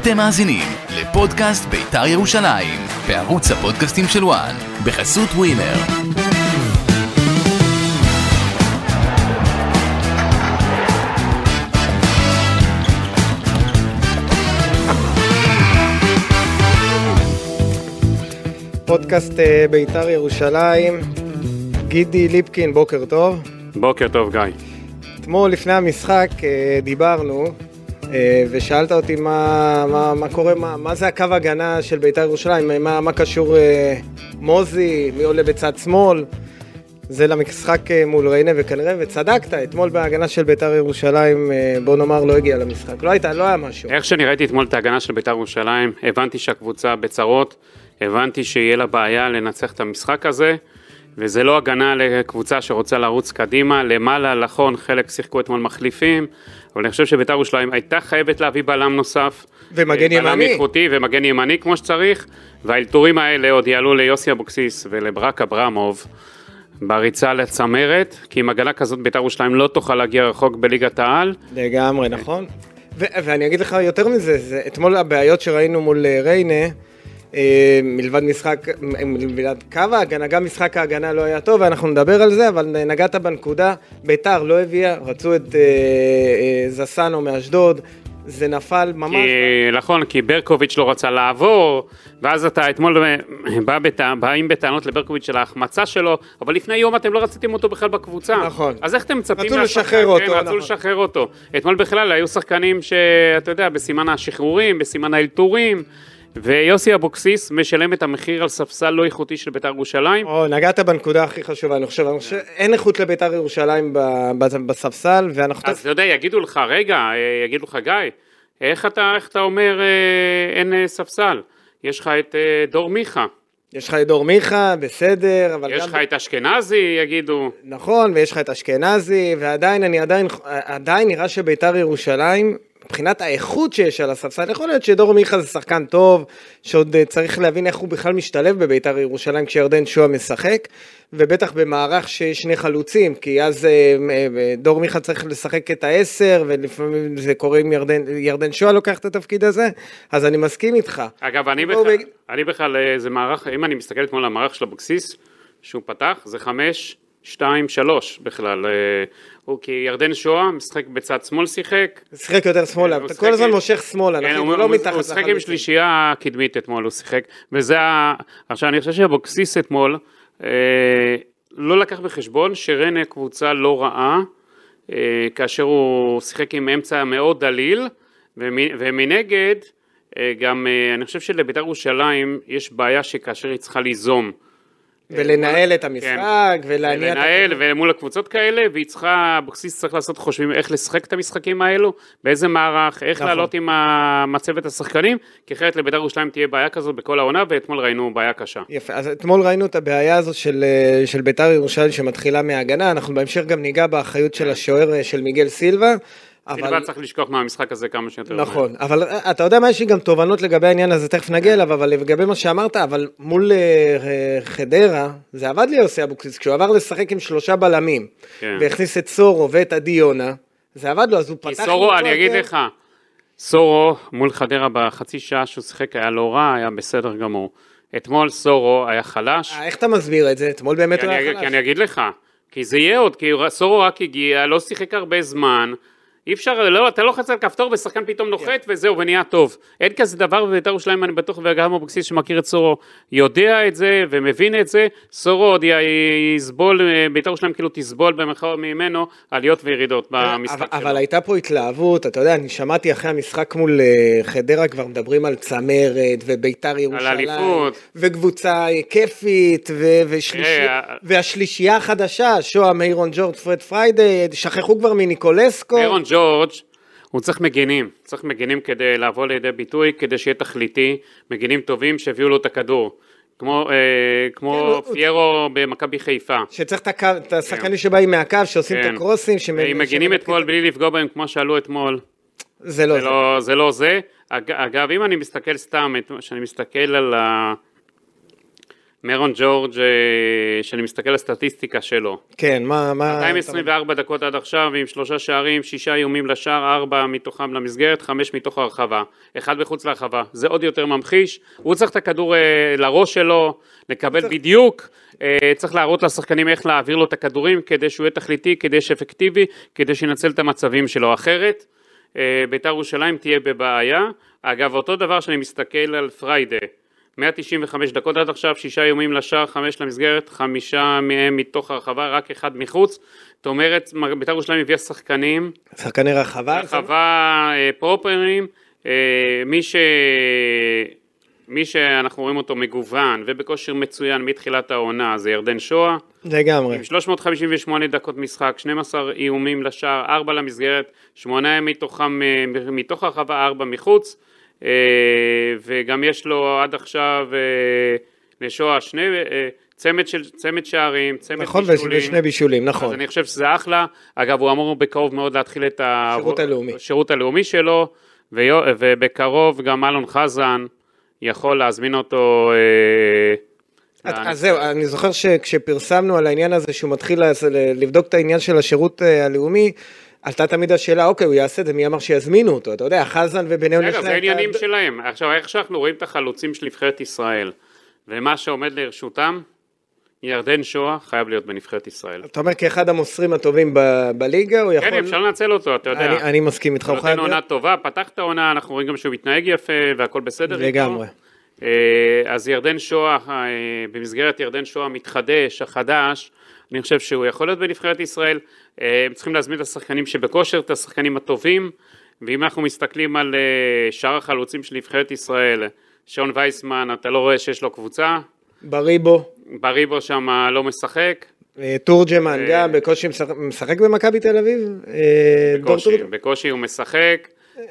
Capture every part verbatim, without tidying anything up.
אתם מאזינים לפודקאסט בית"ר ירושלים, בערוץ הפודקאסטים של וואן, בחסות ווינר. פודקאסט בית"ר ירושלים, גידי ליפקין, בוקר טוב. בוקר טוב גיא. אתמול לפני המשחק דיברנו ושאלת אותי מה, מה, מה קורה, מה, מה זה הקו הגנה של בית"ר ירושלים, מה, מה קשור מוזי, מי עולה בצד שמאל, זה למשחק מול ריינה, וכנראה, וצדקת, אתמול בהגנה של בית"ר ירושלים, בוא נאמר, לא הגיע למשחק, לא הייתה, לא היה משהו. איך שאני ראיתי אתמול את ההגנה של בית"ר ירושלים, הבנתי שהקבוצה בצרות, הבנתי שיהיה לה בעיה לנצח את המשחק הזה, וזה לא הגנה לקבוצה שרוצה לרוץ קדימה, למעלה, לחון, חלק שיחקו אתמול מחליפים, אבל אני חושב שבית"ר ירושלים הייתה חייבת להביא בלם נוסף, ומגן ימני. בלם איכותי ומגן ימני כמו שצריך, והאלתורים האלה עוד יעלו ליוסי אבוקסיס ולברק אברמוב, בריצה לצמרת, כי עם הגנה כזאת בית"ר ירושלים לא תוכל להגיע רחוק בליגת העל. לגמרי, נכון. ו- ואני אגיד לך יותר מזה, זה, אתמול הבעיות שראינו מול ריינה, מלבד משחק, מלבד קו ההגנה, גם משחק ההגנה לא היה טוב, ואנחנו נדבר על זה, אבל נגעת בנקודה, בית"ר לא הביאה, רצו את זסנו מאשדוד, זה נפל ממש. כי, נכון, כי ברקוביץ' לא רצה לעבור, ואז אתה אתמול בא בטע, באים בטענות לברקוביץ' של ההחמצה שלו, אבל לפני יום אתם לא רציתם אותו בכלל בקבוצה. נכון. אז איך אתם מצפים? רצו לשחרר אותו. כן, רצו נכון. לשחרר אותו. אתמול בכלל היו שחקנים שאתה יודע, בסימן השחרורים, בסימן האלתורים, ויוסי אבוקסיס משלם את המחיר על ספסל לא איכותי של בית"ר ירושלים. או, נגעת בנקודה הכי חשובה, אני חושב, אני חושב, אין איכות לבית"ר ירושלים בספסל, ואנחנו... אז אתה יודע, יגידו לך, רגע, יגידו לך, גיא, איך אתה, איך אתה אומר אין ספסל? יש לך את דור מיכה. יש לך את דור מיכה, בסדר, אבל יש גם... לך את אשכנזי, יגידו. נכון, ויש לך את אשכנזי, ועדיין, אני עדיין, עדיין נראה שבית"ר ירושלים... מבחינת האיכות שיש על הספסל, יכול להיות שדור מיכה זה שחקן טוב, שעוד צריך להבין איך הוא בכלל משתלב בבית"ר ירושלים כשירדן שועה משחק, ובטח במערך שיש שני חלוצים, כי אז דור מיכה צריך לשחק את העשר, ולפעמים זה קורה עם ירדן, ירדן שועה לוקח את התפקיד הזה, אז אני מסכים איתך. אגב, אני בכלל, ב... אני בכלל, זה מערך, אם אני מסתכל אתמול על המערך של אבוקסיס, שהוא פתח, זה חמש, שתיים, שלוש בכלל, הוא כי ירדן שועה משחק בצד שמאל שיחק. שיחק יותר שמאלה, אתה כל הזמן מושך שמאלה, הוא לא מתחת לחלוטין. הוא שיחק עם שלישייה קדמית אתמול, הוא שיחק, וזה, עכשיו אני חושב שאבוקסיס אתמול, לא לקח בחשבון שריינה קבוצה לא רעה, כאשר הוא שיחק עם אמצע מאוד דליל, ומנגד, גם אני חושב שלבית"ר ירושלים יש בעיה שכאשר היא צריכה ליזום, ולנהל את המשחק, ולהניע את... ולנהל, ומול הקבוצות כאלה, והיא צריכה, אבוקסיס צריך לעשות חושבים איך לשחק את המשחקים האלו, באיזה מערך, איך לעלות עם מצבת השחקנים, כי אחרת לבית"ר ירושלים תהיה בעיה כזאת בכל העונה, ואתמול ראינו בעיה קשה. יפה, אז אתמול ראינו את הבעיה הזאת של, של בית"ר ירושלים שמתחילה מההגנה, אנחנו בהמשך גם ניגע באחריות של השוער של מיגל סילבה, סילבה צריך לשכוח מהמשחק הזה כמה שיותר. נכון, אבל אתה יודע מה, יש לי גם תובנות לגבי העניין הזה, תכף נגיע אליו, אבל לגבי מה שאמרת, אבל מול חדרה, זה עבד לי יוסי אבוקסיס, כשהוא עבר לשחק עם שלושה בלמים, והכניס את סורו ואת עדיונה, זה עבד לו, אז הוא פתח... סורו, אני אגיד לך, סורו מול חדרה בחצי שעה שהוא שיחק היה לא רע, היה בסדר גמור. אתמול סורו היה חלש. איך אתה מסביר את זה? אתמול באמת הוא היה חלש. כי אני אגיד לך, כי זה יהיה עוד, כי סורו רק הגיע, לא שיחק הרבה זמן, אי אפשר, לא, אתה לא חצה על כפתור ושחקן פתאום נוחת וזהו ונהיה טוב. אין כזה דבר בבית"ר ירושלים, אני בטוח, וגם אבוקסיס שמכיר את סורו יודע את זה ומבין את זה. סורו עוד יסבול, בית"ר ירושלים כאילו תסבול במחר ממנו עליות וירידות במשחק שלו. אבל הייתה פה התלהבות, אתה יודע, אני שמעתי אחרי המשחק מול חדרה כבר מדברים על צמרת ובית"ר ירושלים. על אליפות. וקבוצה כיפית והשלישייה החדשה, שואה, מיירון ג'ורג', פרד פריידי, שכחו כבר מניקולסקו. ג'ורג' הוא צריך מגנים, צריך מגנים כדי לעבור לידי ביטוי, כדי שיהיה תכליתי, מגנים טובים שהביאו לו את הכדור, כמו, אה, כמו כן, פיירו במכבי חיפה. שצריך את, הקו, את השחקנים שבאים מהקו, שעושים כן. את הקרוסים. הם מגנים אתמול בלי לפגוע בהם כמו שעלו אתמול. זה לא זה. זה לא זה. לא זה. אגב, אם אני מסתכל סתם, שאני מסתכל על ה... מרון ג'ורג', שאני מסתכל על הסטטיסטיקה שלו. כן, מה... מאתיים עשרים וארבע דקות עד עכשיו, עם שלושה שערים, שישה איומים לשער, ארבע מתוכם למסגרת, חמש מתוך הרחבה, אחד בחוץ להרחבה. זה עוד יותר ממחיש. הוא צריך את הכדור לראש שלו, לקבל בדיוק. צריך להראות לשחקנים איך להעביר לו את הכדורים, כדי שהוא יהיה תכליתי, כדי שאפקטיבי, כדי שינצל את המצבים שלו. אחרת, בית"ר ירושלים תהיה בבעיה. אגב, אותו דבר שאני מסתכל על פריידי. מאה תשעים וחמש דקות עד עכשיו, שישה איומים לשער, חמש למסגרת, חמישה מהם מתוך הרחבה, רק אחד מחוץ. זאת אומרת, בית"ר ירושלים הביאה שחקנים. שחקני רחבה. רחבה פרופרים. מי ש... מי שאנחנו רואים אותו מגוון ובכושר מצוין מתחילת העונה, זה ירדן שואה. לגמרי. עם שלוש מאות חמישים ושמונה דקות משחק, שנים עשר איומים לשער, ארבע למסגרת, שמונה מתוכם, מתוך הרחבה, ארבע מחוץ. וגם יש לו עד עכשיו לשואה שני צמד של צמד שערים, צמד נכון, בישולים. ושני בישולים, נכון. אז אני חושב שזה אחלה. אגב, הוא אמור בקרוב מאוד להתחיל את השירות הלאומי. השירות הלאומי שלו, ובקרוב גם אלון חזן יכול להזמין אותו. אז זהו, אני זוכר שכשפרסמנו על העניין הזה שהוא מתחיל לבדוק את העניין של השירות הלאומי, עלתה תמיד השאלה, אוקיי, הוא יעשה את זה, מי אמר שיזמינו אותו? אתה יודע, חזן ובניון יש להם... זה עניינים שלהם. עכשיו, איך שאנחנו רואים את החלוצים של נבחרת ישראל, ומה שעומד לרשותם, ירדן שואה חייב להיות בנבחרת ישראל. אתה אומר, כאחד המוסרים הטובים בליגה, הוא יכול... כן, אפשר לנצל אותו, אתה יודע. אני מסכים איתך, הוא חייב להיות. עונה טובה, פתח את העונה, אנחנו רואים גם שהוא מתנהג יפה, והכל בסדר. לגמרי. אז ירדן שואה, במסגרת ירדן שואה מתחדש, החדש, אני חושב שהוא יכול להיות בנבחרת ישראל. הם צריכים להזמין את השחקנים שבכושר, את השחקנים הטובים, ואם אנחנו מסתכלים על שאר החלוצים של נבחרת ישראל, שון וייסמן, אתה לא רואה שיש לו קבוצה. בריבו. בריבו שם לא משחק. תורג'מן גם, בקושי משחק במכבי תל אביב. בקושי, בקושי הוא משחק.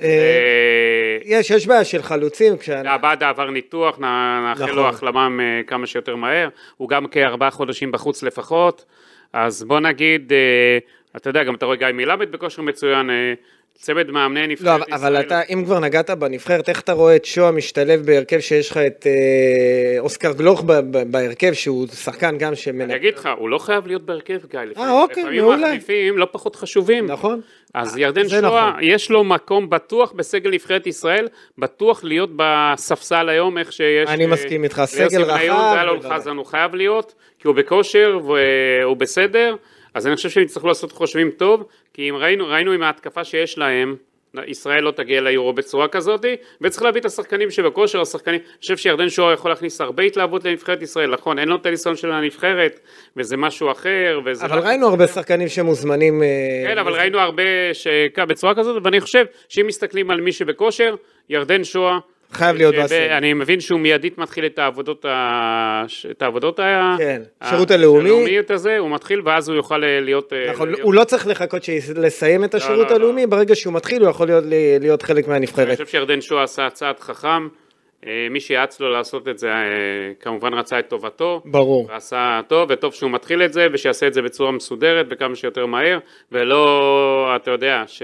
יש, יש בעיה של חלוצים. עבדה עבר ניתוח, נאחל לו החלמה כמה שיותר מהר. הוא גם כארבעה חודשים בחוץ לפחות. אז בוא נגיד, אתה יודע, גם אתה רואה גיא מלמד בכושר מצוין, צמד מאמני נבחרת לא, ישראל. אבל אתה, אם כבר נגעת בנבחרת, איך אתה רואה את שואה משתלב בהרכב שיש לך את אה, אוסקר גלוך ב, ב, בהרכב, שהוא שחקן גם שמנק... אני אגיד לך, הוא לא חייב להיות בהרכב, גיא. אה, אוקיי, מעולה. לפעמים מחליפים לא פחות חשובים. נכון. אז ירדן שואה, נכון. יש לו מקום בטוח בסגל נבחרת ישראל, בטוח להיות בספסל היום, איך שיש... אני מסכים איתך, סגל רחב. ואלון חזן הוא חייב להיות, כי הוא בכושר והוא בסדר. אז אני חושב שהם יצטרכו לעשות חושבים טוב, כי אם ראינו, ראינו עם ההתקפה שיש להם, ישראל לא תגיע ליורו בצורה כזאת, וצריך להביא את השחקנים שבכושר, השחקנים, אני חושב שירדן שואה יכול להכניס הרבה התלהבות לנבחרת ישראל, נכון, אין לו את הניסיון של הנבחרת, וזה משהו אחר, וזה... אבל ראינו הרבה שחקנים שמוזמנים... כן, אבל ראינו הרבה בצורה כזאת, ואני חושב שאם מסתכלים על מי שבכושר, ירדן שואה, חייב להיות בסדר. אני מבין שהוא מיידית מתחיל את העבודות, את העבודות, כן, שירות הלאומי. הלאומיות הזה, הוא מתחיל ואז הוא יוכל להיות... נכון, הוא לא צריך לחכות לסיים את השירות הלאומי, ברגע שהוא מתחיל הוא יכול להיות חלק מהנבחרת. אני חושב שירדן שואה עשה צעד חכם, מי שיעץ לו לעשות את זה, כמובן רצה את טובתו. ברור. ועשה טוב, וטוב שהוא מתחיל את זה, ושיעשה את זה בצורה מסודרת, וכמה שיותר מהר, ולא, אתה יודע, ש...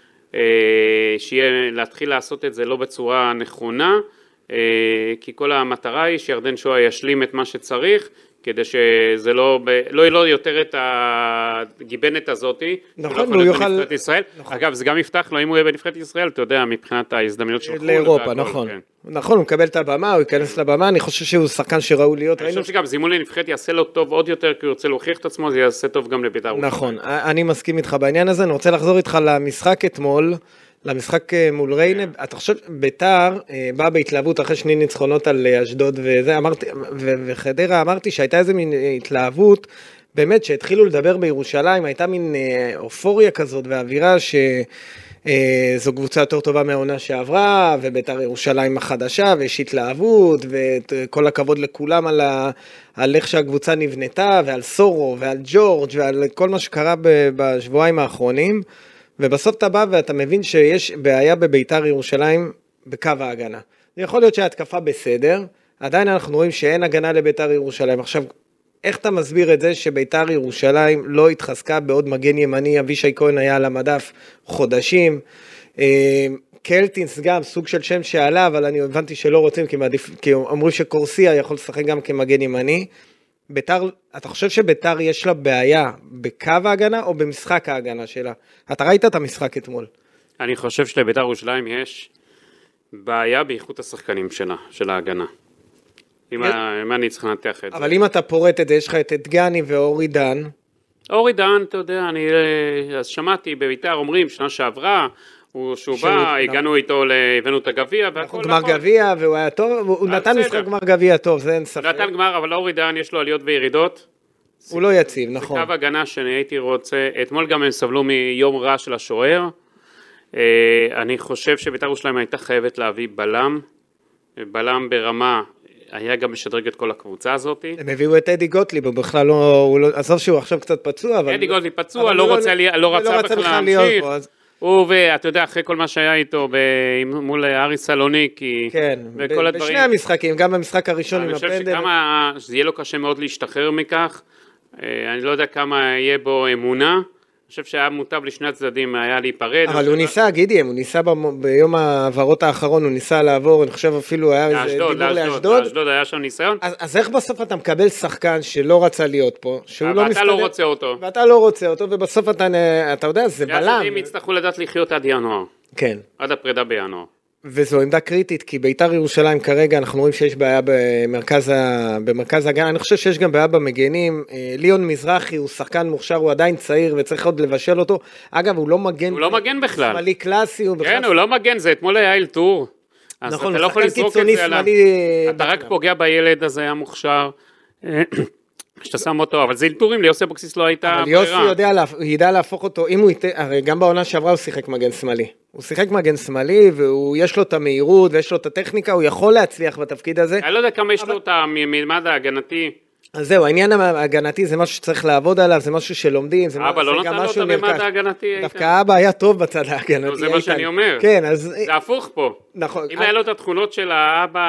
שיהיה להתחיל לעשות את זה לא בצורה נכונה, כי כל המטרה היא שירדן שואה ישלים את מה שצריך, כדי שזה לא, לא יהיה לו יותר את הגיבנת הזאת, נכון, הוא יוכל... בנבחרת ישראל. נכון. אגב, זה גם יפתח לו, אם הוא יהיה בנבחרת ישראל, אתה יודע, מבחינת ההזדמנויות של חו"ל. לאירופה, נכון. כן. נכון, הוא מקבל את הבמה, הוא ייכנס לבמה, אני חושב שהוא שחקן שראוי להיות. אני חושב שגם זימון לנבחרת יעשה לו טוב עוד יותר, כי הוא רוצה להוכיח את עצמו, זה יעשה טוב גם לבית"ר. נכון, אני מסכים איתך בעניין הזה, אני רוצה לחזור איתך למשחק אתמול, למשחק מול ריינה, אתה חושב, בית"ר בא בהתלהבות אחרי שני ניצחונות על אשדוד וזה, אמרתי, וחדרה אמרתי שהייתה איזה מין התלהבות, באמת שהתחילו לדבר בירושלים, הייתה מין אופוריה כזאת והאווירה שזו קבוצה יותר טובה מהעונה שעברה, ובית"ר ירושלים החדשה, ויש התלהבות, וכל הכבוד לכולם על, ה, על איך שהקבוצה נבנתה, ועל סורו, ועל ג'ורג' ועל כל מה שקרה בשבועיים האחרונים, ובסוף אתה בא ואתה מבין שיש בעיה בבית"ר ירושלים בקו ההגנה. זה יכול להיות שההתקפה בסדר, עדיין אנחנו רואים שאין הגנה לבית"ר ירושלים. עכשיו, איך אתה מסביר את זה שבית"ר ירושלים לא התחזקה בעוד מגן ימני, אבישי כהן היה על המדף חודשים, קלטינס גם, סוג של שם שעלה, אבל אני הבנתי שלא רוצים, כי, מעדיף, כי אמרו שקורסיה יכול לשחק גם כמגן ימני. ביתר, אתה חושב שביתר יש לה בעיה בקו ההגנה או במשחק ההגנה שלה? אתה ראית את המשחק אתמול? אני חושב שלביתר ירושלים יש בעיה באיכות השחקנים שלה, של ההגנה. אם אני צריך לנתח את זה. אבל אם אתה פורט את זה, יש לך את דגני ואורי דן. אורי דן, אתה יודע, אני אז שמעתי בביתר אומרים, שנה שעברה, הוא שהוא בא, הגענו איתו, הבאנו את הגביע, והכל גמר גביע, והוא היה טוב, הוא נתן משחק גמר גביע טוב, זה אין ספק. נתן גמר, אבל אורי דן יש לו עליות וירידות. הוא לא יציב, נכון. זה קו הגנה שאני הייתי רוצה, אתמול גם הם סבלו מיום רע של השוער. אני חושב שביתר ירושלים הייתה חייבת להביא בלם, בלם ברמה, היה גם משדרג את כל הקבוצה הזאת. הם הביאו את אדי גוטליב, הוא בכלל לא, עזוב שהוא עכשיו קצת פצוע, אבל... אדי גוטליב פצוע, לא רצה בכלל להמשיך. הוא ואתה יודע, אחרי כל מה שהיה איתו מול ארי סלוניקי, כן, וכל הדברים. בשני המשחקים, גם במשחק הראשון עם הפנדל. אני חושב שכמה, שזה יהיה לו קשה מאוד להשתחרר מכך, אני לא יודע כמה יהיה בו אמונה, אני חושב שהיה מוטב לשני הצדדים, היה להיפרד. אבל הוא ניסה, גידי, הוא ניסה ביום העברות האחרון, הוא ניסה לעבור, אני חושב אפילו היה איזה דיבור לאשדוד. לאשדוד היה שם ניסיון. אז איך בסוף אתה מקבל שחקן שלא רצה להיות פה, שהוא לא מסתדר? ואתה לא רוצה אותו. ואתה לא רוצה אותו, ובסוף אתה, אתה יודע, זה בלם. והצדדים יצטרכו לדעת לחיות עד ינואר. כן. עד הפרידה בינואר. וזו עמדה קריטית, כי ביתר ירושלים כרגע אנחנו רואים שיש בעיה במרכז, ה... במרכז הגנה, אני חושב שיש גם בעיה במגנים, ליאון מזרחי הוא שחקן מוכשר, הוא עדיין צעיר וצריך עוד לבשל אותו, אגב הוא לא מגן, הוא לא מגן בכלל, שמאלי קלאסי, הוא כן בכלל... הוא לא מגן, זה אתמול היה אלתור, אז נכון, אתה לא יכול לזרוק את זה עליו, אתה רק פוגע בילד הזה המוכשר, שאתה שם אותו, אבל זה אלתורים, ליוסי אבוקסיס לא הייתה ברירה. אבל יוסי יודע, ידע להפוך אותו, אם הוא ייתן, הרי גם בעונה שעברה הוא שיחק מגן שמאלי. הוא שיחק מגן שמאלי, ויש לו את המהירות, ויש לו את הטכניקה, הוא יכול להצליח בתפקיד הזה. אני לא יודע כמה יש לו את המלמד ההגנתי. אז זהו, העניין ההגנתי זה משהו שצריך לעבוד עליו, זה משהו שלומדים, זה אבא לא נתן לו את המלמד ההגנתי. דווקא אבא היה טוב בצד ההגנתי. זה מה שאני אומר. כן, אז... זה הפוך פה. נכון. אם היה לו את התכונות של האבא,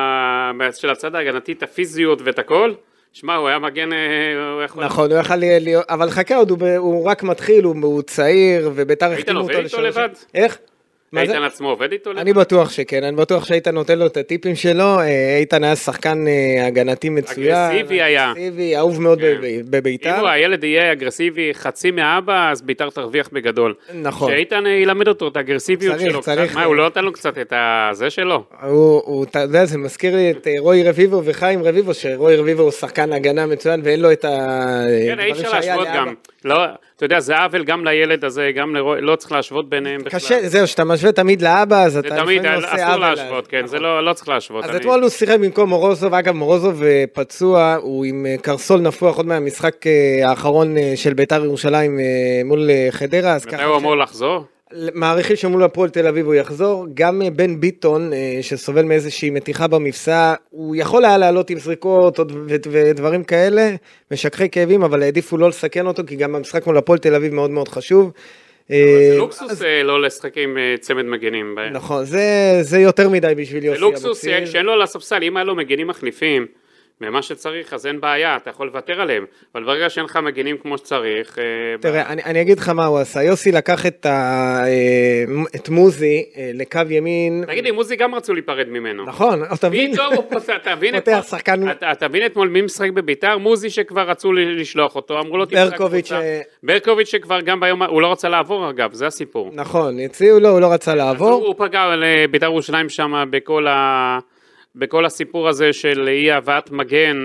של הצד ההגנתי, את הפיזיות ואת הכל, שמע, הוא היה מגן, הוא יכול... נכון, הוא יכול להיות, אבל חכה עוד, הוא רק מתחיל, הוא צעיר, וביתר החתימו אותו לשלוש... איתן עובד איתו לבד? איך? איתן עצמו עובד איתו לבד? אני בטוח שכן, אני בטוח שאיתן נותן לו את הטיפים שלו, איתן היה שחקן הגנתי מצוין. אגרסיבי היה. אגרסיבי, אהוב מאוד בביתר. אם הילד יהיה אגרסיבי חצי מהאבא, אז ביתר תרוויח בגדול. נכון. שאיתן ילמד אותו, את האגרסיביות שלו. מה, הוא לא נתן לו קצת את זה שלו? הוא, אתה יודע, זה מזכיר לי את רוי רביבו וחיים רביבו, שרוי רביבו הוא שחקן הגנה מצוין, ואין לו את הדברים שהיה לאבא. לא, אתה יודע, זה עוול גם לילד הזה, גם לרוי, לא צריך להשוות ביניהם בכלל. קשה, זהו, שאתה משווה תמיד לאבא, אז אתה לפעמים עושה עוול. אסור להשוות, כן, זה לא צריך להשוות. אז אתמול הוא שיחק במקום מורוזוב, אגב, מורוזוב פצוע, הוא עם קרסול נפוח עוד מהמשחק האחרון של ביתר ירושלים מול חדרה. מתי הוא אמור לחזור? מעריכים שמול הפועל תל אביב הוא יחזור, גם בן ביטון שסובל מאיזושהי מתיחה במפסע, הוא יכול היה לעלות עם זריקות ודברים כאלה, משככי כאבים, אבל העדיפו לא לסכן אותו, כי גם המשחק מול הפועל תל אביב מאוד מאוד חשוב. זה לוקסוס לא לשחק עם צמד מגנים. נכון, זה יותר מדי בשביל יוסי אבוקסיס. זה לוקסוס שאין לו על הספסל, אם היה לו מגנים מחליפים, ממה שצריך, אז אין בעיה, אתה יכול לוותר עליהם, אבל ברגע שאין לך מגינים כמו שצריך... תראה, אני, אני אגיד לך מה הוא עשה, יוסי לקח את, ה, את מוזי לקו ימין... תגיד לי, מוזי גם רצו להיפרד ממנו. נכון, תבין, פותח שחקן... תבין אתמול מי משחק בביתר, מוזי שכבר רצו לשלוח אותו, אמרו לו תמשחק קבוצה. ברקוביץ' שכבר גם ביום, הוא לא רצה לעבור אגב, זה הסיפור. נכון, הציעו לו, הוא לא רצה לעבור. הוא פגע לביתר ירושלים שם בכל ה... בכל הסיפור הזה של אי הבאת מגן,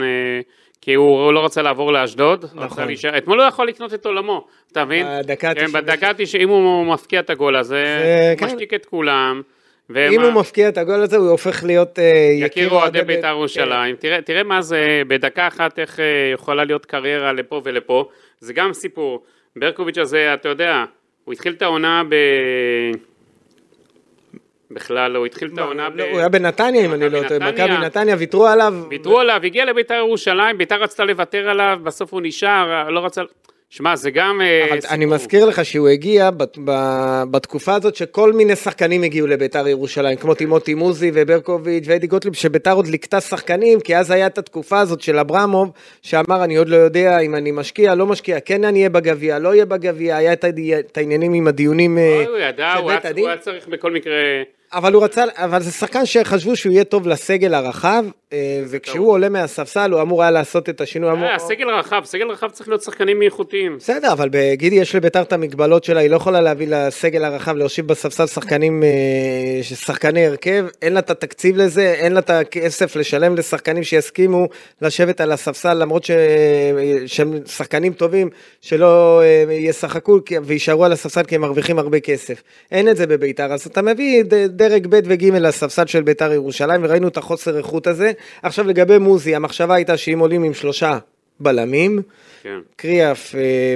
כי הוא לא רצה לעבור לאשדוד, נכון. אתמול לא יכול לקנות את עולמו, אתה מבין? בדקה תשעים, אם הוא מפקיע את הגול הזה, משתיק את כולם. אם הוא מפקיע את הגול הזה, הוא הופך להיות יקיר אוהדי בית"ר ירושלים. תראה מה זה, בדקה אחת איך יכולה להיות קריירה לפה ולפה, זה גם סיפור. ברקוביץ' הזה, אתה יודע, הוא התחיל את העונה ב... בכלל, הוא התחיל את העונה ב... הוא היה בנתניה, אם אני לא טועה, מכבי נתניה, ויתרו עליו. ויתרו עליו, הגיע לבית"ר ירושלים, בית"ר רצתה לוותר עליו, בסוף הוא נשאר, לא רצה... שמע, זה גם... אבל אני מזכיר לך שהוא הגיע בתקופה הזאת שכל מיני שחקנים הגיעו לביתר ירושלים, כמו תימותי מוזי וברקוביץ' ואדי גוטליב, שביתר עוד לקטה שחקנים, כי אז היה את התקופה הזאת של אברמוב, שאמר אני עוד לא יודע אם אני משקיע, לא משקיע, כן אני אהיה בגביע, לא יהיה בגביע, היה את העניינים עם הדיונים הוא ידע, הוא היה צריך בכל מקרה... אבל הוא רצה, אבל זה שחקן שחשבו שהוא יהיה טוב לסגל הרחב, וכשהוא עולה מהספסל הוא אמור היה לעשות את השינוי. הסגל הרחב, סגל הרחב צריך להיות שחקנים איכותיים. בסדר, אבל בגידי יש לביתר את המגבלות שלה, היא לא יכולה להביא לסגל הרחב, להושיב בספסל שחקנים, שחקני הרכב, אין לה את התקציב לזה, אין לה את הכסף לשלם לשחקנים שיסכימו לשבת על הספסל, למרות שהם שחקנים טובים, שלא ישחקו וישארו על הספסל כי הם מרוויחים הרבה כסף. אין את זה בביתר, אז אתה מביא דרג ב' וג' לספסל של ביתר ירושלים, וראינו את החוסר איכות הזה. עכשיו לגבי מוזי, המחשבה הייתה שאם עולים עם שלושה בלמים, כן. קריאף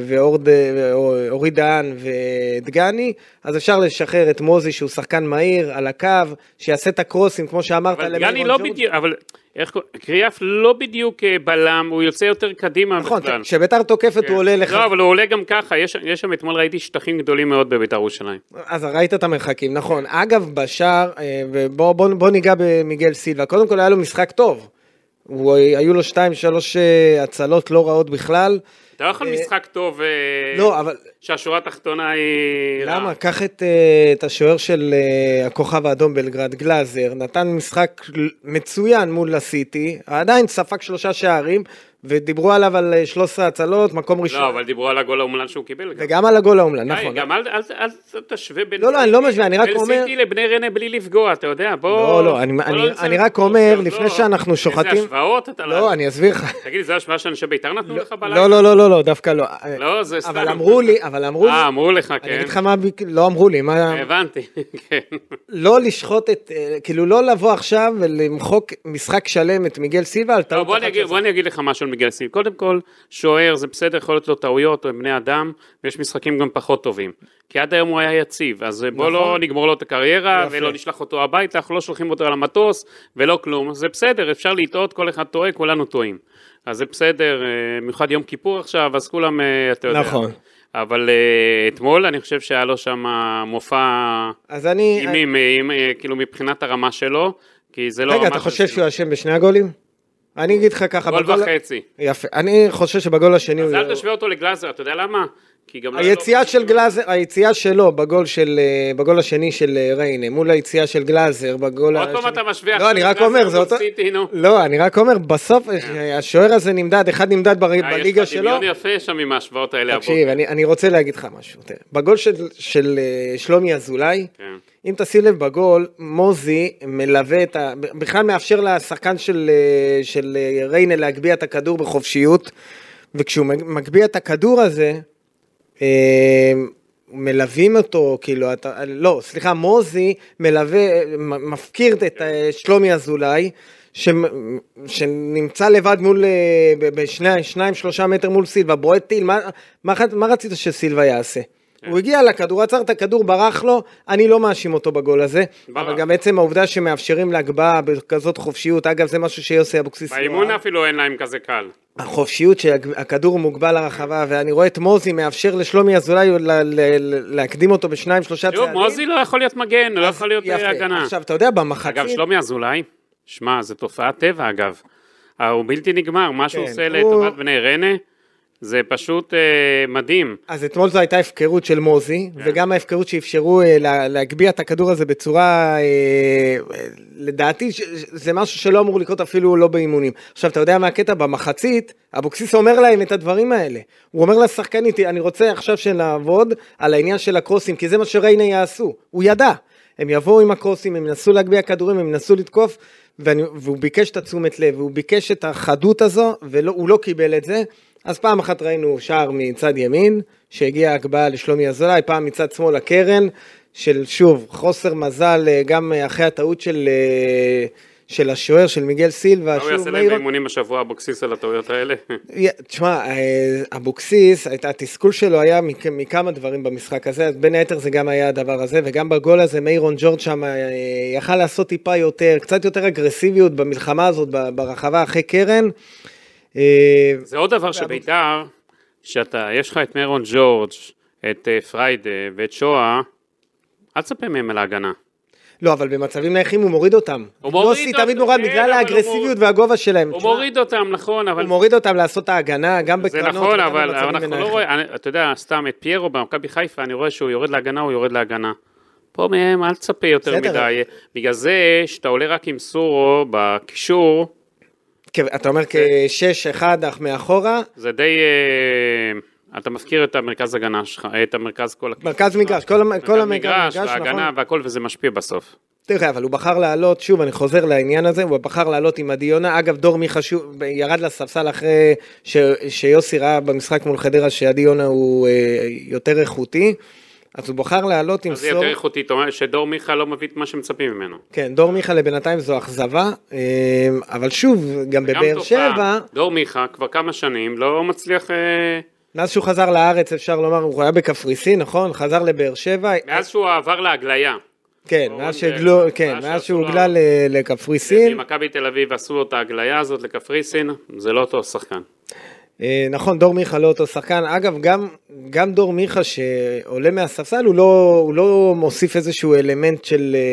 ואורי דהן ודגני, אז אפשר לשחרר את מוזי שהוא שחקן מהיר על הקו, שיעשה את הקרוסים כמו שאמרת. אבל דגני לא בדיוק, אבל איך, קריאף לא בדיוק בלם, הוא יוצא יותר קדימה. נכון, כשביתר תוקפת כן. הוא עולה לך. לא, אבל הוא עולה גם ככה, יש, יש שם אתמול ראיתי שטחים גדולים מאוד בביתר ירושלים. אז ראית את המרחקים, נכון. אגב, בשער, ובוא בוא, בוא ניגע במיגל סילבה, קודם כל היה לו משחק טוב. הוא, היו לו שתיים, שלוש הצלות לא רעות בכלל. אתה לא יכול משחק טוב, לא, אבל... שהשורה התחתונה היא... למה? קח את, את השוער של הכוכב האדום בלגרד, גלאזר, נתן משחק מצוין מול הסיטי, עדיין ספק שלושה שערים, ודיברו עליו על שלוש עשרה הצלות, מקום ראשון. לא, אבל דיברו על הגול האומלן שהוא קיבל. וגם על הגול האומלן, נכון. גם אל תשווה בין... לא, לא, אני לא משווה, אני רק אומר... סיטי לבני רנה בלי לפגוע, אתה יודע, בוא... לא, לא, אני רק אומר, לפני שאנחנו שוחטים... איזה השוואות אתה לא... לא, אני אסביר לך. תגיד, זה השוואה שאנשי בית"ר נתנו לך בלילה? לא, לא, לא, לא, דווקא לא. לא, זה סתם. אבל אמרו לי, אבל אמרו לי... אה, אמרו לך, כן. אני אגיד לך מה, לא אמרו לי, מה... הבנתי, כן. לא לשחוט את... כאילו, לא לבוא עכשיו ולמחוק משחק שלם את מיגל סילבה על טעות אחת שזה. בוא אני אגיד לך משהו על מיגל סילבה. קודם כל, שוער זה בסדר, יכול להיות לו טעויות או בני אדם, ויש משחקים גם פחות טובים. כי עד היום הוא היה יציב, אז בוא לא נגמור לו את הקריירה, ולא נשלח אותו הביתה, אנחנו לא שולחים אותו על המטוס, ולא כלום. זה בסדר, אפשר לטעות, כל אחד טועה, כולנו טועים. אז זה בסדר, במיוחד יום כיפור עכשיו, אז כולם, אתה יודע. נכון. אבל אתמול אני חושב שהיה לו שם מופע אימים, כאילו מבחינת הרמה שלו, כי זה לא... רגע, אתה חושב שהוא אשם בשני הגולים? אני אגיד לך ככה, גול וחצי. יפה, אני חושב שבגול השני... אז אל תשווה אותו לגלאזר, אתה יודע למה? היציאה של גלאזר, היציאה שלו בגול של, בגול השני של ריינה, מול היציאה של גלאזר בגול השני... עוד פעם אתה משווה... לא, אני רק אומר, זה אותו... לא, אני רק אומר, בסוף השוער הזה נמדד, אחד נמדד בליגה שלו... יש לך דמיון יפה שם עם ההשוואות האלה. תקשיב, אני רוצה להגיד לך משהו. בגול של שלומי אזולאי, אם תשים לב בגול, מוזי מלווה את ה... בכלל מאפשר לשחקן של ריינה להגביע את הכדור בחופשיות, וכשהוא מגביע את הכדור הזה, מלווים אותו, כאילו, אתה, לא, סליחה, מוזי מלווה, מפקיר את שלומי אזולאי, שנמצא לבד מול, בשני, שניים, שלושה מטר מול סילבה, בועט טיל, מה, מה, מה רצית שסילבה יעשה? הוא הגיע לכדור, עצר את הכדור, ברח לו, אני לא מאשים אותו בגול הזה, אבל גם בעצם העובדה שמאפשרים להגבהה בכזאת חופשיות, אגב זה משהו שיוסי אבוקסיס... באימון אפילו אין להם כזה קל. החופשיות שהכדור מוגבל לרחבה, ואני רואה את מוזי מאפשר לשלומי אזולאי להקדים אותו בשניים, שלושה צעדים. מוזי לא יכול להיות מגן, לא יכול להיות הגנה. עכשיו, אתה יודע, במחצית... אגב, שלומי אזולאי, שמע, זה תופעת טבע אגב, הוא בלתי נגמר, מה שהוא עושה לטובת בני רנה, זה פשוט אה, מדהים. אז אתמול זו הייתה הפקרות של מוזי, yeah. וגם ההפקרות שאפשרו אה, לה, להגביע את הכדור הזה בצורה, אה, לדעתי, ש, זה משהו שלא אמור לקרות אפילו לא באימונים. עכשיו, אתה יודע מה הקטע? במחצית, אבוקסיס אומר להם את הדברים האלה. הוא אומר לשחקנית, אני רוצה עכשיו שנעבוד על העניין של הקרוסים, כי זה מה שריינה יעשו. הוא ידע. הם יבואו עם הקרוסים, הם ינסו להגביע כדורים, הם ינסו לתקוף, ואני, והוא ביקש את התשומת לב, והוא ביקש את החדות הזו, והוא לא קיבל את זה. אז פעם אחת ראינו שער מצד ימין, שהגיע הגבהה לשלומי אזולאי, פעם מצד שמאל הקרן, של שוב, חוסר מזל, גם אחרי הטעות של, של השוער, של מיגל סילבה. הוא יעשה להם באימונים השבוע אבוקסיס על הטעויות האלה? תשמע, אבוקסיס, התסכול שלו היה מכמה דברים במשחק הזה, אז בין היתר זה גם היה הדבר הזה, וגם בגול הזה מיירון ג'ורג' שם יכל לעשות טיפה יותר, קצת יותר אגרסיביות במלחמה הזאת, ברחבה אחרי קרן. זה עוד דבר שביתר, שאתה, יש לך את מיירון ג'ורג', את פריידה ואת שואה, אל תספר מהם על ההגנה. לא, אבל במצבים נייחים הוא מוריד אותם. הוא מוריד אותם. תמיד מורד בגלל האגרסיביות והגובה שלהם. הוא מוריד אותם, נכון, אבל... הוא מוריד אותם לעשות את ההגנה, גם בקרנות. זה נכון, אבל אנחנו לא רואים, אתה יודע, סתם את פיירו במכבי חיפה, אני רואה שהוא יורד להגנה, הוא יורד להגנה. פה מהם, אל תצפה יותר מדי. בגלל זה, שאתה עולה רק עם סורו בקישור... אתה אומר כשש אחד אך מאחורה. זה די... אתה מזכיר את המרכז הגנה שלך, את המרכז כל... מרכז מגרש, כל המגרש, וההגנה והכל, וזה משפיע בסוף. תראה, אבל הוא בחר לעלות, שוב, אני חוזר לעניין הזה, הוא בחר לעלות עם עדי יונה, אגב, דור מיכה שוב, ירד לספסל אחרי שיוסי ראה במשחק מול חדרה, שעדי יונה הוא יותר איכותי, אז הוא בחר לעלות עם סור... אז זה יותר איכותי, שדור מיכה לא מביא את מה שמצפים ממנו. כן, דור מיכה לבינתיים זו אכזבה, אבל שוב, גם בבאר שבע... דור מיכה כבר כמה שנים לא מצליח... מאז שהוא חזר לארץ, אפשר לומר, הוא היה בקפריסין, נכון? חזר לבאר שבע. מאז שהוא עבר להגליה. כן, מאז שהוא הוגלה לקפריסין. ממכבי תל אביב עשו את ההגליה הזאת לקפריסין, זה לא אותו שחקן. נכון, דור מיכה לא אותו שחקן. אגב, גם דור מיכה שעולה מהספסל, הוא לא מוסיף איזשהו אלמנט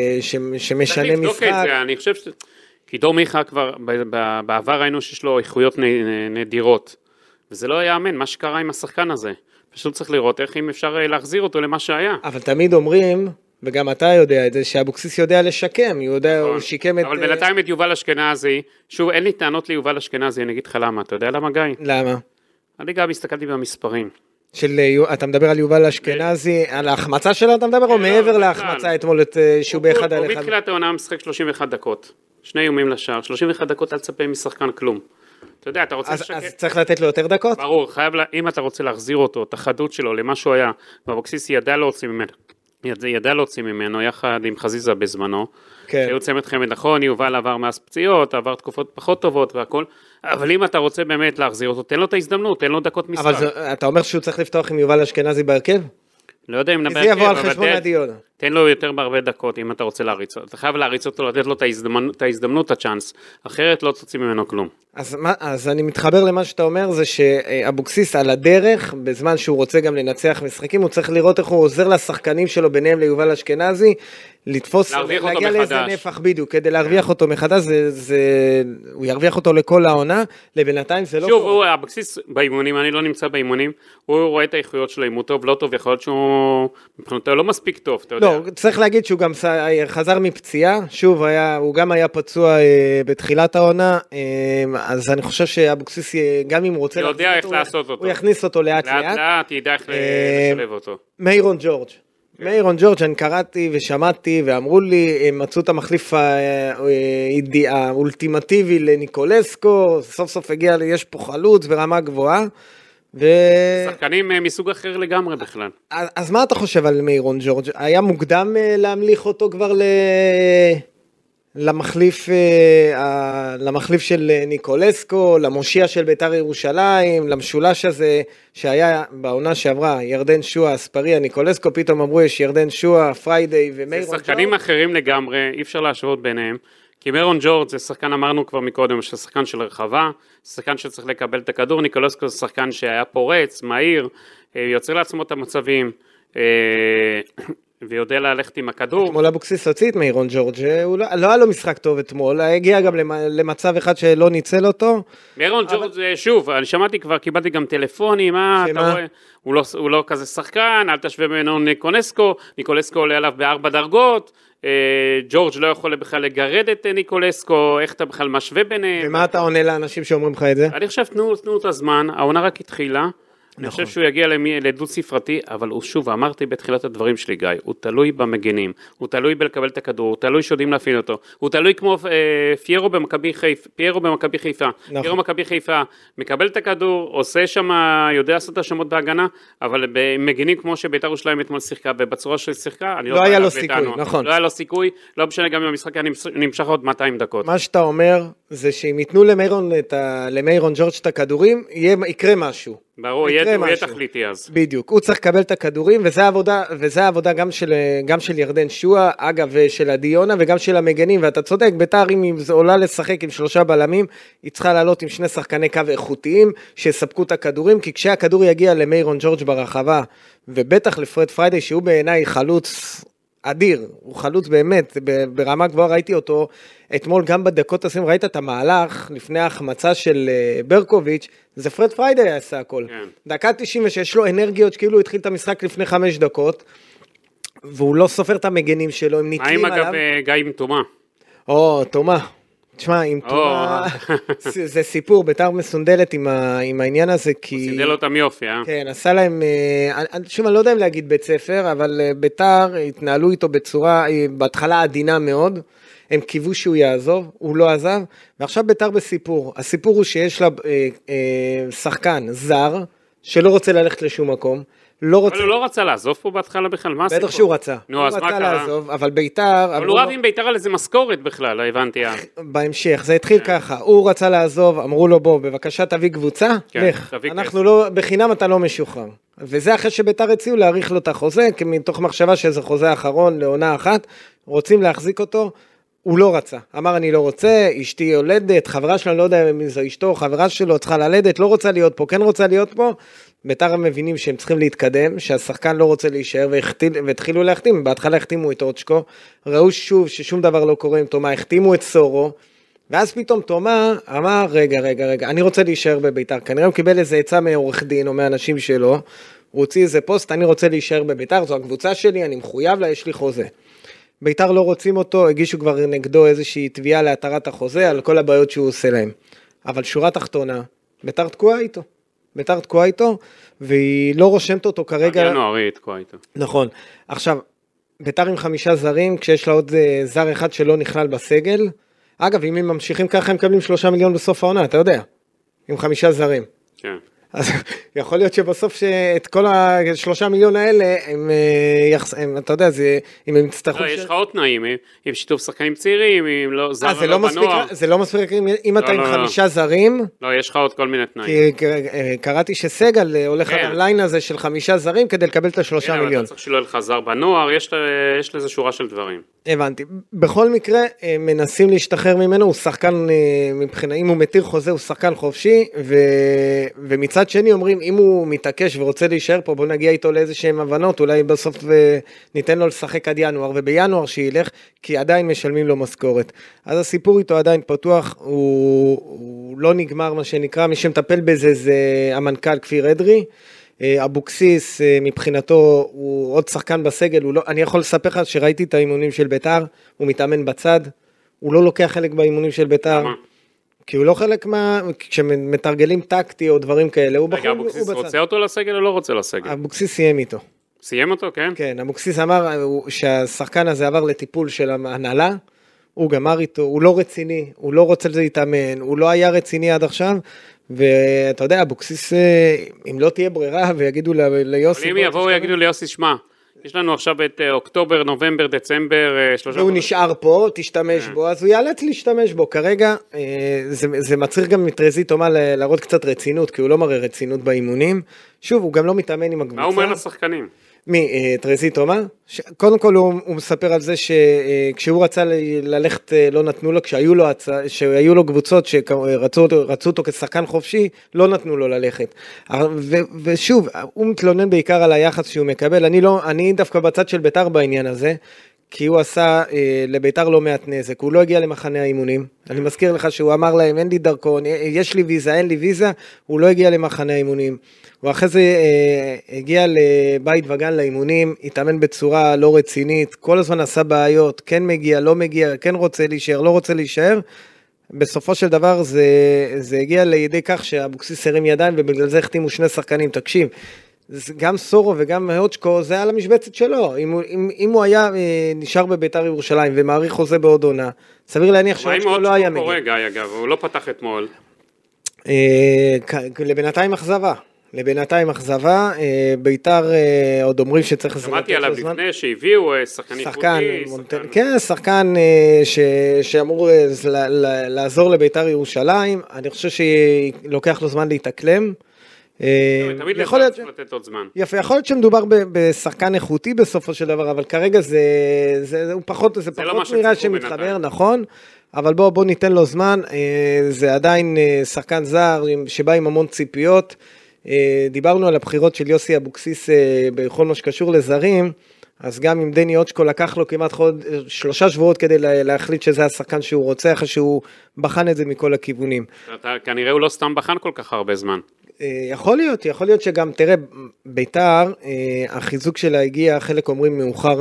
שמשנה משחק. אני חושב ש... כי דור מיכה כבר, בעבר ראינו שיש לו איכויות נדירות. וזה לא יאמן, מה שקרה עם השחקן הזה. פשוט צריך לראות איך אם אפשר להחזיר אותו למה שהיה. אבל תמיד אומרים, וגם אתה יודע את זה, שאבוקסיס יודע לשקם, הוא יודע, הוא שיקם את... אבל בינתיים את יובל אשכנזי, שוב, אין לי טענות ליובל אשכנזי, אני אגיד לך למה, אתה יודע למה גיא? למה? אני גם הסתכלתי במספרים. של, אתה מדבר על יובל אשכנזי, על ההחמצה שלו אתה מדבר, או מעבר להחמצה אתמול שהוא באחד על אחד? הוא מתחילת העונה משחק שלושים ואחת דקות, שני איומים לשער, שלושים ואחת דקות אל תצפה משחקן כלום. אתה יודע, אתה רוצה לשקר... אז צריך לתת לו יותר דקות? ברור, חייב, אם אתה רוצה להחזיר אותו, את החדות שלו, למה שהוא היה, ואבוקסיס ידע להוציא ממנו, ידע להוציא ממנו, יחד עם חזיזה בזמנו, שהיו צמד חמד נכון, יובל עבר מאז פציעות, עבר תקופות פחות טובות והכל, אבל אם אתה רוצה באמת להחזיר אותו, תן לו את ההזדמנות, תן לו דקות משחק. אבל אתה אומר שהוא צריך לפתוח עם יובל אשכנזי בהרכב? לא יודע אם נביא הרכב, אבל על חשבון עדי יונה. תן לו יותר בהרבה דקות אם אתה רוצה להריץ אותו. אתה חייב להריץ אותו, לתת לו את ההזדמנות, את הצ'אנס, אחרת לא תוציא ממנו כלום. אז, אז אני מתחבר למה שאתה אומר, זה שאבוקסיס על הדרך, בזמן שהוא רוצה גם לנצח משחקים, הוא צריך לראות איך הוא עוזר לשחקנים שלו, ביניהם ליובל אשכנזי, לתפוס, להגיע לאיזה נפח בדיוק, כדי להרוויח אותו מחדש, זה, זה, הוא ירוויח אותו לכל העונה, לבינתיים זה לא... שוב, הוא, אבוקסיס באימונים, אני לא נמצא באימונים, הוא רואה את האיכויות שלו, אם הוא טוב, לא טוב, יכול להיות שהוא מבחינתו לא מספיק טוב, אתה יודע. לא, צריך להגיד שהוא גם חזר מפציעה, שוב, היה, הוא גם היה פצוע בתחילת העונה, אז אני חושב שאבוקסיס, גם אם הוא רוצה... יודע איך לעשות אותו. הוא יכניס אותו לאט לאט. לאט לאט, ידע איך לשלב אותו. מיירון ג'ורג'. מיירון ג'ורג' אני קראתי ושמעתי ואמרו לי, הם מצאו את המחליף האולטימטיבי לניקולסקו, סוף סוף הגיע, יש פה חלוץ ברמה גבוהה. שחקנים מסוג אחר לגמרי בכלל. אז מה אתה חושב על מיירון ג'ורג'? היה מוקדם להמליך אותו כבר ל... למחליף, למחליף של ניקולסקו, למושיע של ביתר ירושלים, למשולש הזה שהיה בעונה שעברה, ירדן שואה, אספריה, ניקולסקו, פתאום אמרו יש ירדן שואה, פריידי ומיירון ג'ורג'. זה שחקנים אחרים לגמרי, אי אפשר להשוות ביניהם, כי מיירון ג'ורג' זה שחקן, אמרנו כבר מקודם, זה שחקן של רחבה, שחקן שצריך לקבל את הכדור, ניקולסקו זה שחקן שהיה פורץ, מהיר, יוצר לעצמו את המצבים, ויודע ללכת עם הכדור. אתמול אבוקסיס הוציא את מיירון ג'ורג', הוא לא, לא היה לו משחק טוב אתמול, הגיע גם למצב אחד שלא ניצל אותו. מיירון ג'ורג' שוב, אני שמעתי כבר, קיבלתי גם טלפונים, מה, אתה רואה, הוא לא, הוא לא כזה שחקן, אל תשווה ממנו ניקולסקו, ניקולסקו עולה עליו בארבע דרגות, ג'ורג' לא יכול בכלל לגרד את ניקולסקו, איך אתה בכלל משווה ביניהם. ומה אתה עונה לאנשים שאומרים לך את זה? אני חושב, תנו, תנו את הזמן, העונה רק התחילה, אני חושב שהוא יגיע לדו ספרתי, אבל הוא שוב, אמרתי בתחילת הדברים שלי גיא, הוא תלוי במגנים, הוא תלוי בלקבל את הכדור, הוא תלוי שיודעים להפעיל אותו, הוא תלוי כמו פיירו במכבי חיפה, פיירו במכבי חיפה, פיירו במכבי חיפה, מקבל את הכדור, עושה שם, יודע לעשות את השמות בהגנה, אבל במגנים כמו שביתר ירושלים אתמול שיחקה, ובצורה של שיחקה, אני לא היה לו סיכוי, נכון. לא היה לו סיכוי, לא משנה גם אם המשחק נמשך עוד מאתיים דקות. מה שאתה אומר, זה שאם ייתנו למיירון ג'ורג' את הכדורים, יקרה משהו. ברור, יהיה הוא יהיה תכליתי אז. בדיוק, הוא צריך לקבל את הכדורים, וזה העבודה, וזה העבודה גם של, גם של ירדן שועה, אגב, של הדיונה, וגם של המגנים, ואתה צודק, בית"ר אם היא עולה לשחק עם שלושה בלמים, היא צריכה לעלות עם שני שחקני קו איכותיים, שיספקו את הכדורים, כי כשהכדור יגיע למיירון ג'ורג' ברחבה, ובטח לפרד פריידי, שהוא בעיניי חלוץ אדיר, הוא חלוץ באמת, ברמה גבוהה ראיתי אותו, אתמול גם בדקות עשרים ראית את המהלך, לפני ההחמצה של ברקוביץ', זה פרד פריידי עשה הכל. כן. דקה תשעים ושש, יש לו אנרגיות, כאילו הוא התחיל את המשחק לפני חמש דקות, והוא לא סופר את המגנים שלו, הם נתלים עליו. מה עם אגב גיא עם תומה? או, תומה. תשמע, עם תומה, זה סיפור, בית"ר מסונדלת עם, ה, עם העניין הזה, כי... הוא סידל אותם יופי, אה? כן, עשה להם, שוב, אני לא יודע אם להגיד בית ספר, אבל בית"ר התנהלו איתו בצורה, בהתחלה עדינה מאוד, הם קיוו שהוא יעזוב, הוא לא עזב, ועכשיו בית"ר בסיפור. הסיפור הוא שיש לה אה, אה, שחקן זר, שלא רוצה ללכת לשום מקום, לא רוצה... אבל הוא לא רצה לעזוב פה בהתחלה בכלל, מה הסיפור? בטח שהוא רצה. נו, אז מה קרה? לעזוב, אבל בית"ר... אבל הוא רב עם בית"ר על איזה משכורת בכלל, לא הבנתי. בהמשך, זה התחיל ככה, הוא רצה לעזוב, אמרו לו בוא, בבקשה תביא קבוצה, לך. אנחנו לא, בחינם אתה לא משוחרר. וזה אחרי שבית"ר הציעו להאריך לו את החוזה, מתוך מחשבה שזה חוזה אחרון לעונה אחת, רוצים להחזיק אותו, הוא לא רצה, אמר אני לא רוצה, אשתי יולדת, חברה שלנו, לא יודע אם זו אשתו, חברה שלו צריכה ללדת, לא רוצה להיות פה, כן רוצה להיות פה, בית"ר הם מבינים שהם צריכים להתקדם, שהשחקן לא רוצה להישאר, והתחילו להחתים, בהתחלה החתימו את אוצ'קו, ראו שוב ששום דבר לא קורה עם תומה, החתימו את סורו, ואז פתאום תומה אמר, רגע, רגע, רגע, אני רוצה להישאר בבית"ר, כנראה הוא קיבל איזה עצה מעורך דין או מאנשים שלו, הוא הוציא איזה פוסט, אני רוצה להישאר בבית"ר, זו הקבוצה שלי, אני מחויב לה, יש לי חוזה. בית"ר לא רוצים אותו, הגישו כבר נגדו איזושהי תביעה להתרת החוזה על כל הבעיות שהוא עושה להם. אבל שורה תחתונה, בית"ר תקועה איתו. בית"ר תקועה איתו, והיא לא רושמת אותו כרגע... ינואר היא תקועה איתו. נכון. עכשיו, בית"ר עם חמישה זרים, כשיש לה עוד זר אחד שלא נכלל בסגל, אגב, אם הם ממשיכים ככה, הם מקבלים שלושה מיליון בסוף העונה, אתה יודע, עם חמישה זרים. כן. אז יכול להיות שבסוף שאת כל השלושה מיליון האלה, הם, הם, אתה יודע, זה, אם הם יצטרכו... לא, יש לך עוד תנאים, עם שיתוף שחקנים צעירים, אם לא זר ולא בנוער. זה לא מספיק, אם אתה עם חמישה זרים... לא, יש לך עוד כל מיני תנאים. כי קראתי שסגל הולך על הליין הזה של חמישה זרים, כדי לקבל את השלושה מיליון. אתה צריך שלא לך זר בנוער, יש לזה שורה של דברים. הבנתי. בכל מקרה, מנסים להשתחרר ממנו, הוא שחקן, מבחינה, אם הוא מתיר חוזה, הוא שחקן חופשי, ו... ומצד שני אומרים, אם הוא מתעקש ורוצה להישאר פה, בוא נגיע איתו לאיזה שהם הבנות, אולי בסוף ניתן לו לשחק עד ינואר, ובינואר שילך, כי עדיין משלמים לו משכורת. אז הסיפור איתו עדיין פתוח, הוא, הוא לא נגמר מה שנקרא, מי שמטפל בזה זה המנכ"ל כפיר אדרי, אבוקסיס מבחינתו הוא עוד שחקן בסגל, לא, אני יכול לספר לך שראיתי את האימונים של בית"ר, הוא מתאמן בצד, הוא לא לוקח חלק באימונים של בית"ר, כי הוא לא חלק מה, כשמתרגלים טקטי או דברים כאלה, הוא בחור, הוא בצד. אבוקסיס רוצה אותו לסגל או לא רוצה לסגל? אבוקסיס סיים איתו. סיים אותו, כן? כן, אבוקסיס אמר שהשחקן הזה עבר לטיפול של ההנהלה, הוא גמר איתו, הוא לא רציני, הוא לא רוצה לזה להתאמן, הוא לא היה רציני עד עכשיו, ואתה יודע, אבוקסיס, אם לא תהיה ברירה, ויגידו ליוסי... אם יבואו יגידו ליוסי, שמע, יש לנו עכשיו את אוקטובר, נובמבר, דצמבר, שלושה... והוא נשאר פה, תשתמש בו, אז הוא יאלץ להשתמש בו. כרגע, זה מצריך גם מטרזי תומה להראות קצת רצינות, כי הוא לא מראה רצינות באימונים. שוב, הוא גם לא מתאמן עם הקבוצה. מה הוא אומר לשחקנים? מי, טרזי תומה? קודם כל הוא, הוא מספר על זה שכשהוא רצה ללכת לא נתנו לו, כשהיו לו, שהיו לו קבוצות שרצו רצו אותו כשחקן חופשי, לא נתנו לו ללכת. ו, ושוב, הוא מתלונן בעיקר על היחס שהוא מקבל, אני, לא, אני דווקא בצד של בית"ר בעניין הזה, כי הוא עשה אה, לבית"ר לא מעט נזק, הוא לא הגיע למחנה האימונים, אני מזכיר לך שהוא אמר להם אין לי דרכון, יש לי ויזה, אין לי ויזה, הוא לא הגיע למחנה האימונים, הוא אחרי זה אה, הגיע לבית וגן לאימונים, התאמן בצורה לא רצינית, כל הזמן עשה בעיות, כן מגיע, לא מגיע, כן רוצה להישאר, לא רוצה להישאר, בסופו של דבר זה, זה הגיע לידי כך שאבוקסיס הרים ידיים ובגלל זה החתימו שני שחקנים, תקשיב, גם סורו וגם אוצ'קו זה על המשבצת שלו, אם, אם, אם הוא היה נשאר בבית"ר ירושלים ומעריך חוזה בעוד עונה, סביר להניח שאוצ'קו לא היה מגיע. מה עם אוצ'קו אגב, הוא לא פתח אתמול? לבינתיים אכזבה, לבינתיים אכזבה, בית"ר עוד אומרים שצריך... שמעתי עליו לפני שהביאו שחקן איכותי. כן, שחקן שאמור לעזור לבית"ר ירושלים, אני חושב שלוקח לו זמן להתאקלם, תמיד יכול להיות לתת עוד זמן. יפה, יכול להיות שמדובר בשחקן איכותי בסופו של דבר, אבל כרגע זה, זה, זה פחות, זה פחות נראה שמתחבר, נכון, אבל בואו בוא ניתן לו זמן, זה עדיין שחקן זר שבא עם המון ציפיות, דיברנו על הבחירות של יוסי אבוקסיס בכל מה שקשור לזרים, אז גם אם דני אוצ'קו לקח לו כמעט חוד, שלושה שבועות כדי להחליט שזה השחקן שהוא רוצה, אחרי שהוא בחן את זה מכל הכיוונים. אתה, כנראה הוא לא סתם בחן כל כך הרבה זמן. יכול להיות, יכול להיות שגם, תראה, ביתר, החיזוק שלה הגיע, חלק אומרים מאוחר,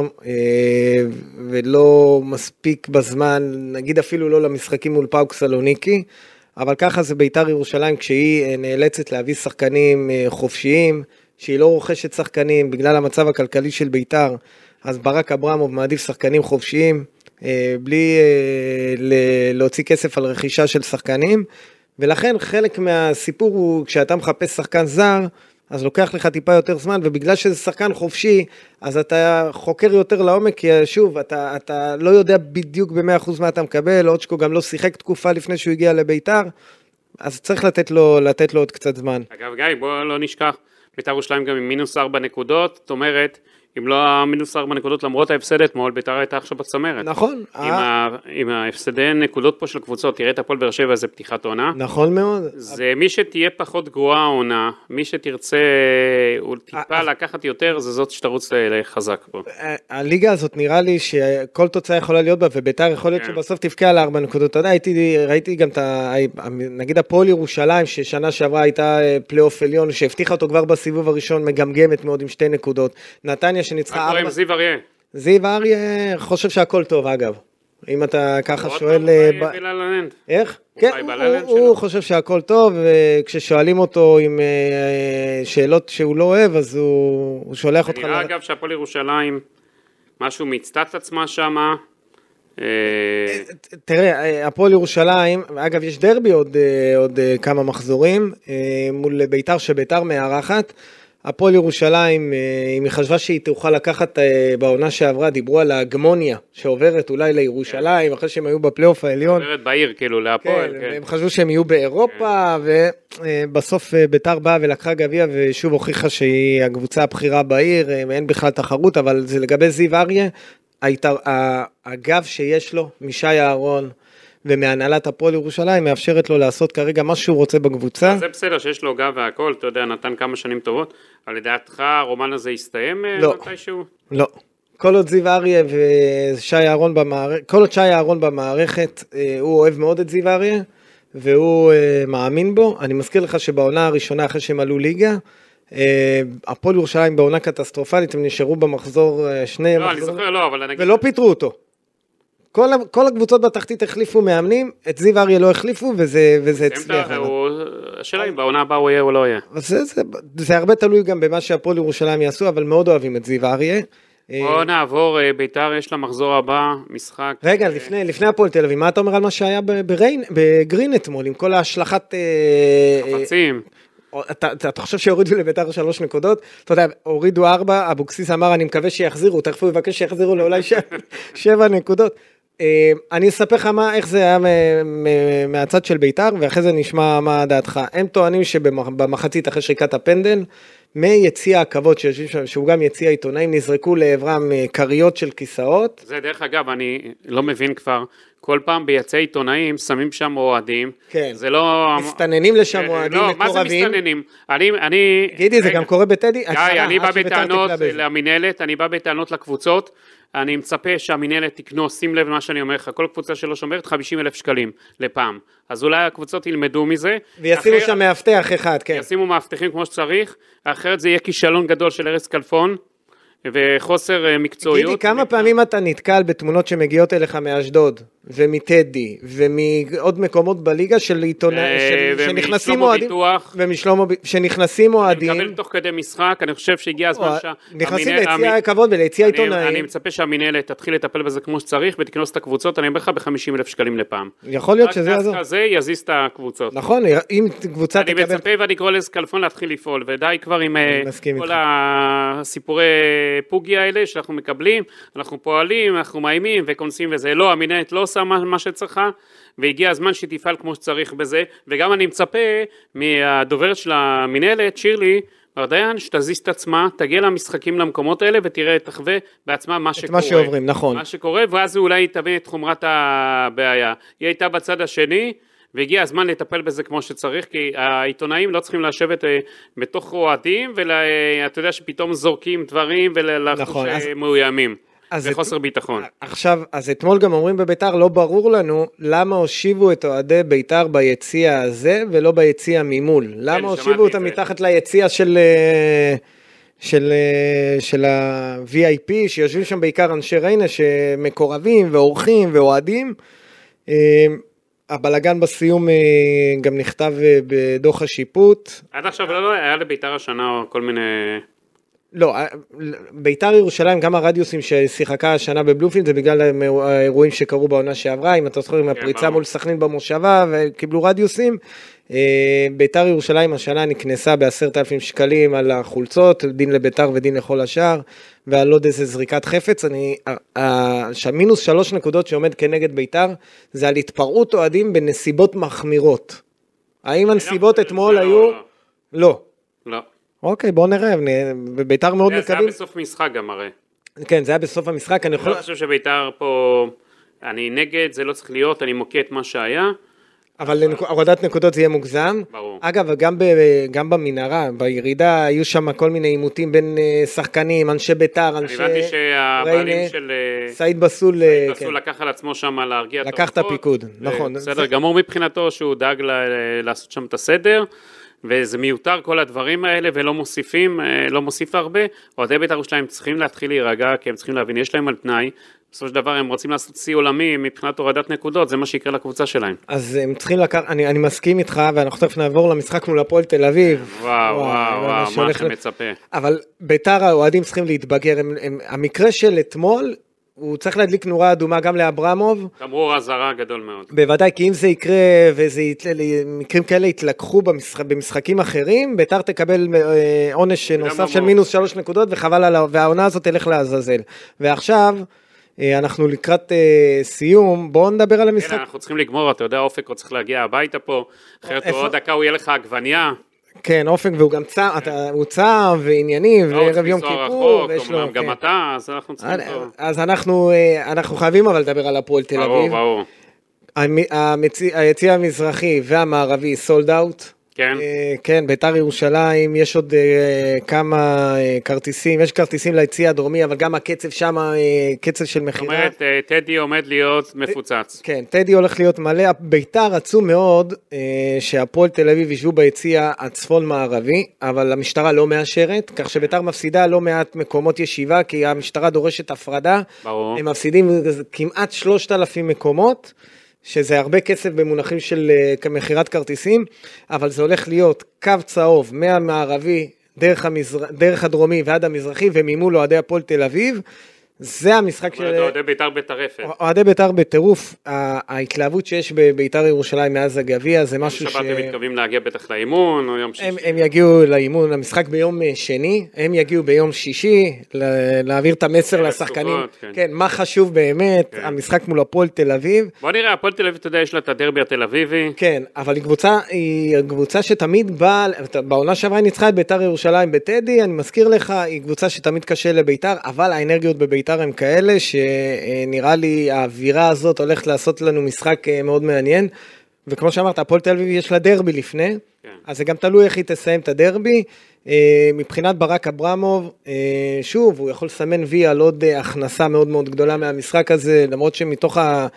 ולא מספיק בזמן, נגיד אפילו לא למשחקים מול פאוק סלוניקי, אבל ככה זה ביתר ירושלים, כשהיא נאלצת להביא שחקנים חופשיים, שהיא לא רוכשת שחקנים, בגלל המצב הכלכלי של ביתר, אז ברק אברמוב מעדיף שחקנים חופשיים, בלי להוציא כסף על רכישה של שחקנים, ולכן חלק מהסיפור הוא, כשאתה מחפש שחקן זר, אז לוקח לך טיפה יותר זמן, ובגלל שזה שחקן חופשי, אז אתה חוקר יותר לעומק, כי שוב, אתה, אתה לא יודע בדיוק ב-מאה אחוז מה אתה מקבל, אוצ'קו גם לא שיחק תקופה לפני שהוא הגיע לביתר, אז צריך לתת לו, לתת לו עוד קצת זמן. אגב, גיא, בוא לא נשכח, ביתר ירושלים גם עם מינוס ארבע נקודות, זאת אומרת, אם לא המינוס ארבע נקודות למרות ההפסד אתמול, ביתר הייתה עכשיו בצמרת. נכון. עם, ה... עם ההפסדי נקודות פה של קבוצות, תראה את הפועל באר שבע, זה פתיחת עונה. נכון מאוד. זה מי שתהיה פחות גרועה העונה, מי שתרצה טיפה לקחת יותר, זה זאת שתרוץ לחזק פה. הליגה הזאת נראה לי שכל תוצאה יכולה להיות בה, וביתר יכול להיות שבסוף תפקע על ארבע נקודות. אתה יודע, ראיתי גם את ה... נגיד הפועל ירושלים, ששנה שעברה הייתה פלייאוף עליון, שהבטיחה אותו כבר בסיבוב הראשון, מגמגמת מאוד עם שתי נקודות. נתניה שניצחה ארבע... זיו אריה. זיו אריה חושב שהכל טוב, אגב. אם אתה ככה שואל... איך? כן, הוא חושב שהכל טוב, וכששואלים אותו עם שאלות שהוא לא אוהב, אז הוא שולח אותך... נראה אגב שהפועל ירושלים, משהו מצטט עצמה שמה... תראה, הפועל ירושלים, אגב יש דרבי עוד כמה מחזורים, מול ביתר שביתר מארחת, הפועל ירושלים, אם היא חשבה שהיא תוכל לקחת בעונה שעברה, דיברו על ההגמוניה שעוברת אולי לירושלים, אחרי שהם היו בפלייאוף העליון. עוברת בעיר, כאילו, להפועל. כן, הם חשבו שהם יהיו באירופה, ובסוף ביתר באה ולקחה גביע, ושוב הוכיחה שהיא הקבוצה הבכירה בעיר, אין בכלל תחרות, אבל זה לגבי זיו אריה, הגב שיש לו משי אהרון, ומהנהלת הפועל ירושלים מאפשרת לו לעשות כרגע מה שהוא רוצה בקבוצה. זה בסדר שיש לו גב והכל, אתה יודע, נתן כמה שנים טובות, אבל לדעתך הרומן הזה יסתיים לא, מתישהו? לא. כל עוד זיו אריה ושי אהרון במערכת, כל עוד שי אהרון במערכת, הוא אוהב מאוד את זיו אריה, והוא מאמין בו. אני מזכיר לך שבעונה הראשונה אחרי שהם עלו ליגה, הפועל ירושלים בעונה קטסטרופלית, הם נשארו במחזור שני לא, מחזור, אני זוכר, לא, אבל אני... ולא פיטרו אותו. כל, כל הקבוצות בתחתית החליפו מאמנים, את זיו אריה לא החליפו, וזה, וזה הצליח. השאלה אם בעונה הבאה הוא יהיה או לא יהיה. זה, זה, זה הרבה תלוי גם במה שהפועל ירושלים יעשו, אבל מאוד אוהבים את זיו אריה. בוא נעבור, ביתר יש למחזור הבא, משחק. רגע, לפני, לפני הפועל תל אביב, מה אתה אומר על מה שהיה בריין, בגרין אתמול, עם כל ההשלכת... חפצים. אתה, אתה, אתה חושב שהורידו לביתר שלוש נקודות? אתה יודע, הורידו ארבע, אבוקסיס אמר, אני מקווה שיחזירו, תכף הוא יבקש שיחזירו לאולי שבע, שבע נקודות. אני אספר לך מה, איך זה היה מהצד של ביתר, ואחרי זה נשמע מה דעתך. הם טוענים שבמחצית אחרי שריקת הפנדל, מיציע הכבוד שיושבים שם, שהוא גם יציע עיתונאים, נזרקו לעברם קריות של כיסאות. זה דרך אגב, אני לא מבין כבר, כל פעם ביציע עיתונאים שמים שם אוהדים. כן. זה לא... מסתננים לשם אוהדים מקורבים. לא, מה זה מסתננים? אני... אני... גידי, זה גם קורה בטדי? אני בא בטענות למנהלת, אני בא בטענות לקבוצות, אני מצפה שהמנהלת תקנוס, שים לב מה שאני אומר לך, כל קבוצה שלא שומרת חמישים אלף שקלים לפעם. אז אולי הקבוצות ילמדו מזה. וישימו שם מאבטח אחד, כן. ישימו מאבטחים כמו שצריך, אחרת זה יהיה כישלון גדול של ארז כלפון, וחוסר מקצועיות. גידי, כמה פעמים אתה נתקל בתמונות שמגיעות אליך מאשדוד, ומטדי, ומעוד מקומות בליגה של עיתונאים, שנכנסים אוהדים, ומשלמה ביטוח, שנכנסים אוהדים. אני מקבל תוך כדי משחק, אני חושב שהגיע הזמן שה... נכנסים ליציע הכבוד וליציע עיתונאים. אני מצפה שהמנהלת תתחיל לטפל בזה כמו שצריך, ותקנוס את הקבוצות, אני אומר לך ב-חמישים אלף שקלים לפעם. יכול להיות שזה יעזור. רק זה יזיז את הקבוצות. נכון, אם קבוצה תקבל... אני מצפה ואני קורא לזה כלפון להתחיל לפעול, ודי כבר עם כל הסיפורי פוגי האלה שאנחנו מקבלים, אנחנו פועלים, אנחנו מאיימים וכונסים וזה, לא, המנהלת לא עושה מה, מה שצריכה, והגיע הזמן שתפעל כמו שצריך בזה, וגם אני מצפה מהדוברת של המנהלת, שירלי, ברדיין, שתזיז את עצמה, תגיע למשחקים למקומות האלה, ותראה, תחווה בעצמה מה שקורה. את מה שעוברים, נכון. מה שקורה, ואז אולי תבין את חומרת הבעיה. היא הייתה בצד השני, והגיע הזמן לטפל בזה כמו שצריך, כי העיתונאים לא צריכים לשבת בתוך אוהדים, ואתה יודע שפתאום זורקים דברים, ולחוש נכון, מאוימים. וחוסר את... ביטחון. עכשיו, אז אתמול גם אומרים בביתר, לא ברור לנו למה הושיבו את אוהדי ביתר ביציע הזה, ולא ביציע ממול. כן, למה הושיבו אותם מתחת ליציע של, של, של ה-וי איי פי, שיושבים שם בעיקר אנשי ריינה, שמקורבים ואורחים ואוהדים. הבלגן בסיום גם נכתב בדוח השיפוט. עד עכשיו לא היה לביתר השנה כל מיני... לא, ביתר ירושלים, גם הרדיוסים ששיחקה השנה בבלומפילד, זה בגלל האירועים שקרו בעונה שעברה, אם אתה זוכר עם הפריצה מול סכנין במושבה, וקיבלו רדיוסים. ביתר ירושלים השנה נכנסה בעשרת אלפים שקלים על החולצות, דין לביתר ודין לכל השאר, ועל עוד איזה זריקת חפץ. אני, המינוס שלוש נקודות שעומד כנגד ביתר, זה על התפרעות אוהדים בנסיבות מחמירות. האם הנסיבות אתמול היו? לא. לא. אוקיי, בואו נראה, בביתר מאוד מקווים. זה היה בסוף משחק גם הרי. כן, זה היה בסוף המשחק. אני לא חושב שביתר פה, אני נגד, זה לא צריך להיות, אני מוקע את מה שהיה. אבל הורדת נקודות זה יהיה מוגזם. ברור. אגב, גם במנהרה, בירידה, היו שם כל מיני עימותים בין שחקנים, אנשי ביתר, אנשי ריינה. אני הבנתי שהבעלים של... סעיד בסול... סעיד בסול לקח על עצמו שם להרגיע את לקח את הפיקוד, נכון. בסדר, גמור מבחינתו שהוא דאג לעשות שם את הסדר. וזה מיותר כל הדברים האלה, ולא מוסיפים, לא מוסיף הרבה. אוהדי בית"ר ירושלים צריכים להתחיל להירגע, כי הם צריכים להבין, יש להם על תנאי, בסופו של דבר הם רוצים לעשות שיא עולמי, מבחינת הורדת נקודות, זה מה שיקרה לקבוצה שלהם. אז הם צריכים לקחת, אני, אני מסכים איתך, ואנחנו תכף נעבור למשחק מול הפועל תל אביב. וואו, וואו, וואו, מה אתה מצפה. אבל בית"ר האוהדים צריכים להתבגר, הם, הם, המקרה של אתמול, הוא צריך להדליק נורה אדומה גם לאברמוב. תמרור אזהרה גדול מאוד. בוודאי, כי אם זה יקרה, ומקרים כאלה יתלקחו במשחק, במשחקים אחרים, בית"ר תקבל עונש נוסף של מינוס שלוש נקודות, וחבל עליו, והעונה הזאת תלך לעזאזל. ועכשיו, אנחנו לקראת סיום, בואו נדבר על המשחק. כן, אנחנו צריכים לגמור, אתה יודע, אופק הוא צריך להגיע הביתה פה, אחרת עוד דקה הוא יהיה לך עגבניה. כן, אופק, והוא גם צע, הוא צע וענייני, וערב יום כיפור, ויש לו... גם אתה, אז אנחנו צריכים פה. אז אנחנו חייבים אבל לדבר על הפועל תל אביב. ברור, ברור. היציע המזרחי והמערבי סולד אאוט. כן. כן, בית"ר ירושלים, יש עוד כמה כרטיסים, יש כרטיסים ליציע הדרומי, אבל גם הקצב שם, קצב של מחירה. זאת אומרת, טדי עומד להיות מפוצץ. כן, טדי הולך להיות מלא. בית"ר רצו מאוד שהפועל תל אביב ישבו ביציע הצפון מערבי, אבל המשטרה לא מאשרת, כך שבית"ר מפסידה לא מעט מקומות ישיבה, כי המשטרה דורשת הפרדה. ברור. הם מפסידים כמעט שלושת אלפים מקומות. שזה הרבה כסף במונחים של מחירת כרטיסים, אבל זה הולך להיות קו צהוב מהמערבי, דרך, המזר... דרך הדרומי ועד המזרחי, וממול אוהדי הפועל תל אביב. זה המשחק של... אוהדי בית"ר בטרפת. אוהדי בית"ר בטירוף. ההתלהבות שיש בבית"ר ירושלים מאז הגביע, זה משהו ש... שבת הם מתכוונים להגיע בטח לאימון, או יום שישי. הם, הם יגיעו לאימון, המשחק ביום שני, הם יגיעו ביום שישי, להעביר את המסר לשחקנים. כן. כן, מה חשוב באמת, כן. המשחק מול הפועל תל אביב. בוא נראה, הפועל תל אביב, אתה יודע, יש לה את הדרבי התל אביבי. כן, אבל היא קבוצה, היא קבוצה שתמיד באה, בעונה שעברה היא ניצחה את בית"ר ירושלים בטדי, אני מזכיר לך, היא קבוצה שתמיד קשה לבית"ר, אבל האנרגיות בבית"ר הם כאלה שנראה לי האווירה הזאת הולכת לעשות לנו משחק מאוד מעניין, וכמו שאמרת, הפועל תל אביב יש לה דרבי לפני, כן. אז זה גם תלוי איך היא תסיים את הדרבי. מבחינת ברק אברמוב, שוב, הוא יכול לסמן וי על עוד הכנסה מאוד מאוד גדולה מהמשחק הזה, למרות שמתוך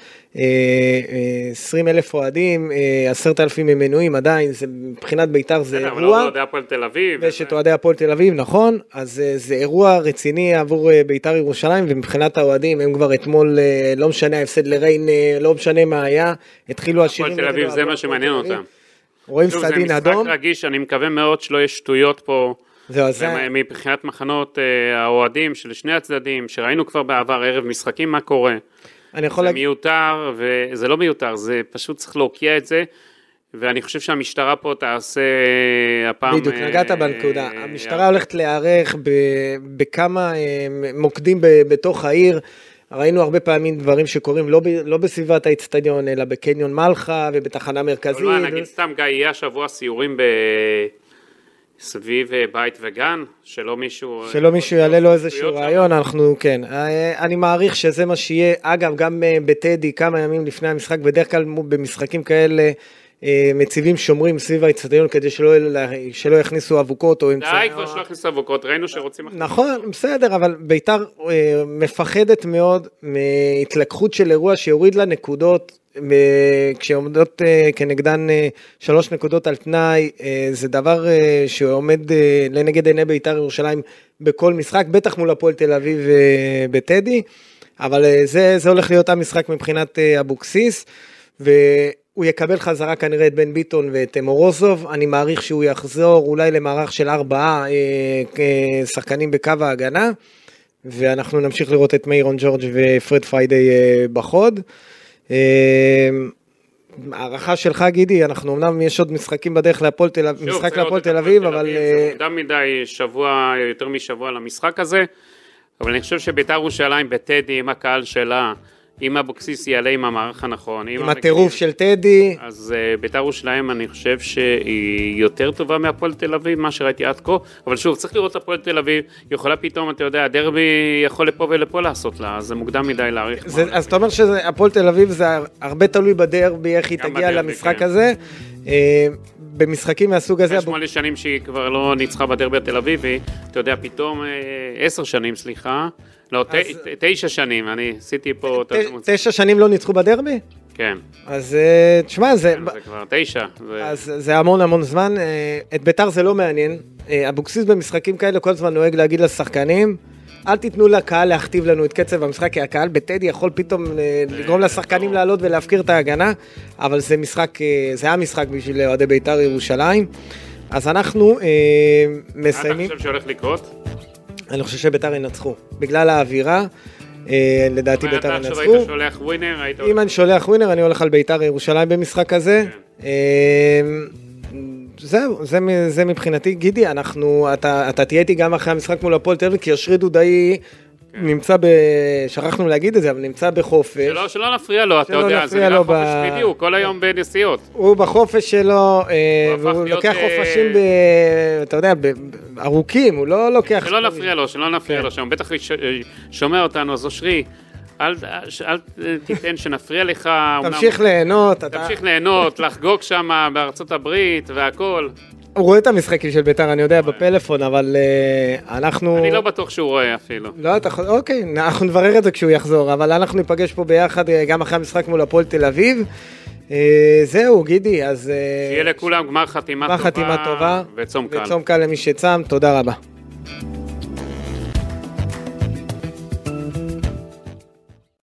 ה-עשרים אלף אוהדים, עשרת אלפים הם מנויים עדיין, זה, מבחינת ביתר זה אירוע. אבל לא אוהדי הפועל תל אביב. ויש את אוהדי הפועל תל אביב, נכון, אז זה אירוע רציני עבור ביתר ירושלים, ומבחינת האוהדים, הם כבר אתמול, לא משנה, הפסד לריין, לא משנה מה היה, התחילו השירים. הפועל תל אביב זה מה שמעניין אותם. רואים סדין אדום. זה משחק רגיש, אני מקווה מאוד שלא יש שטויות פה, מבחינת מחנות האוהדים של שני הצדדים, שראינו כבר בעבר ערב משחקים, מה קורה. זה מיותר, וזה לא מיותר, זה פשוט צריך להוקיע את זה, ואני חושב שהמשטרה פה תעשה הפעם... בדיוק, נגעת בנקודה. המשטרה הולכת להיערך בכמה מוקדים בתוך העיר. ראינו הרבה פעמים דברים שקורים לא, ב, לא בסביבת האצטדיון, אלא בקניון מלכה ובתחנה מרכזית. לא, נגיד סתם גיא, יהיה השבוע סיורים בסביב בית וגן, שלא מישהו... שלא מישהו יעלה לו איזשהו רעיון, אנחנו, כן. אני מעריך שזה מה שיהיה, אגב, גם בטדי, כמה ימים לפני המשחק, בדרך כלל במשחקים כאלה, מציבים שומרים סביב האצטדיון כדי שלא, שלא יכניסו אבוקות או אמצעים. די, כבר שלא יכניסו אבוקות, ראינו שרוצים... נכון, בסדר, אבל ביתר מפחדת מאוד מהתלקחות של אירוע שיוריד לה נקודות, כשעומדות כנגדן שלוש נקודות על תנאי, זה דבר שעומד לנגד עיני ביתר ירושלים בכל משחק, בטח מול הפועל תל אביב בטדי, אבל זה, זה הולך להיות המשחק מבחינת אבוקסיס, ו... הוא יקבל חזרה כנראה את בן ביטון ואת מורוזוב, אני מעריך שהוא יחזור אולי למערך של ארבעה אה, שחקנים בקו ההגנה, ואנחנו נמשיך לראות את מיירון ג'ורג' ופרד פריידי אה, בחוד. אה, הערכה שלך גידי, אנחנו אמנם יש עוד משחקים בדרך להפועל תל אביב, משחק להפועל תל אביב, אבל... זה מוקדם מדי שבוע, יותר משבוע למשחק הזה, אבל אני חושב שביתר ירושלים בטדי עם הקהל שלה, אם אבוקסיס יעלה עם המערך הנכון, עם הטירוף של טדי, אז uh, ביתר ירושלים אני חושב שהיא יותר טובה מהפועל תל אביב, מה שראיתי עד כה, אבל שוב, צריך לראות הפועל תל אביב, יכולה פתאום, אתה יודע, הדרבי יכול לפה ולפה לעשות לה, אז זה מוקדם מדי להעריך. זה, אז אתה אומר שהפועל תל אביב זה הרבה תלוי בדרבי, איך היא תגיע בדרבי, למשחק כן. הזה, uh, במשחקים מהסוג הזה... שמונה שנים שהיא כבר לא ניצחה בדרבי התל אביבי, אתה יודע, פתאום עשר שנים, סליחה, לא, תשע שנים, אני עשיתי פה... תשע שנים לא ניצחו בדרבי? כן. אז תשמע, זה... זה כבר תשע. אז זה המון המון זמן. את ביתר זה לא מעניין. אבוקסיס במשחקים כאלה כל הזמן נוהג להגיד לשחקנים, אל תיתנו לקהל להכתיב לנו את קצב המשחק, כי הקהל בטדי יכול פתאום לגרום לשחקנים לעלות ולהפקיר את ההגנה, אבל זה משחק, זה היה משחק בשביל אוהדי ביתר ירושלים. אז אנחנו מסיימים... אתה חושב שהולך לקרות? אני חושב שביתר ינצחו, בגלל האווירה, לדעתי ביתר ינצחו. אתה היית שולח ווינר? אם אני שולח ווינר, אני הולך על ביתר ירושלים במשחק הזה. זהו, זה מבחינתי. גידי, אתה תהיה איתי גם אחרי המשחק מול הפועל תל אביב, כי אושרי דודאי נמצא ב... שכחנו להגיד את זה, אבל נמצא בחופש. שלא, שלא נפריע לו, אתה יודע, זה נראה חופש בדיוק, כל היום בנסיעות. הוא בחופש שלו, והוא לוקח חופשים, אתה יודע, ארוכים, הוא לא לוקח... שלא נפריע לו, שלא נפריע לו, שם בטח שומע אותנו, אז אושרי, אל תיתן שנפריע לך. תמשיך ליהנות. תמשיך ליהנות, לחגוג שם בארצות הברית והכל. הוא רואה את המשחקים של ביתר, אני יודע, בפלאפון, אבל אנחנו... אני לא בטוח שהוא רואה אפילו. לא, אתה... אוקיי, אנחנו נברר את זה כשהוא יחזור, אבל אנחנו ניפגש פה ביחד גם אחרי המשחק מול הפועל תל אביב. זהו, גידי, אז... שיהיה לכולם גמר חתימה טובה. גמר חתימה טובה. וצום קל. וצום קל למי שצם, תודה רבה.